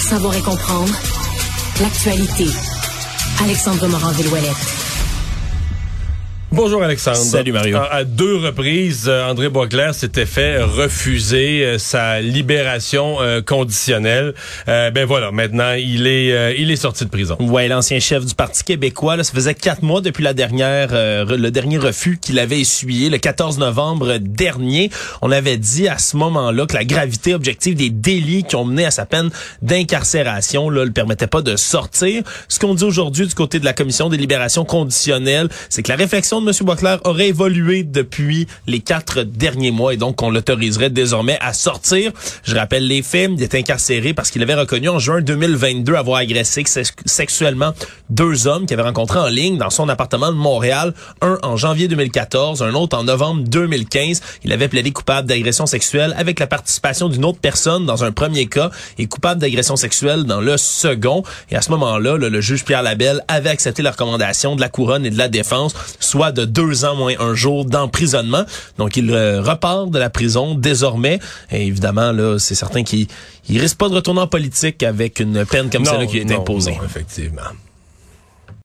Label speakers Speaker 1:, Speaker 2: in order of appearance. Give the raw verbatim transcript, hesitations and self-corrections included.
Speaker 1: savoir et comprendre l'actualité. Alexandre Morin-Villouellette.
Speaker 2: Bonjour Alexandre.
Speaker 3: Salut Mario.
Speaker 2: À, à deux reprises, André Boisclair s'était fait refuser euh, sa libération euh, conditionnelle. Euh, ben voilà, maintenant il est euh, il est sorti de prison.
Speaker 3: Ouais, l'ancien chef du Parti québécois, là, ça faisait quatre mois depuis la dernière euh, le dernier refus qu'il avait essuyé le quatorze novembre dernier. On avait dit à ce moment-là que la gravité objective des délits qui ont mené à sa peine d'incarcération là le permettait pas de sortir. Ce qu'on dit aujourd'hui du côté de la commission des libérations conditionnelles, c'est que la réflexion de M. Boisclair aurait évolué depuis les quatre derniers mois et donc qu'on l'autoriserait désormais à sortir. Je rappelle les faits. Il est incarcéré parce qu'il avait reconnu en juin deux mille vingt-deux avoir agressé sexuellement deux hommes qu'il avait rencontrés en ligne dans son appartement de Montréal. Un en janvier deux mille quatorze, un autre en novembre deux mille quinze. Il avait plaidé coupable d'agression sexuelle avec la participation d'une autre personne dans un premier cas et coupable d'agression sexuelle dans le second. Et à ce moment-là, le, le juge Pierre Labelle avait accepté la recommandation de la couronne et de la défense, soit de deux ans moins un jour d'emprisonnement. Donc, il euh, repart de la prison désormais. Et évidemment, là, c'est certain qu'il il risque pas de retourner en politique avec une peine comme celle-là qui a été imposée.
Speaker 2: Non, effectivement.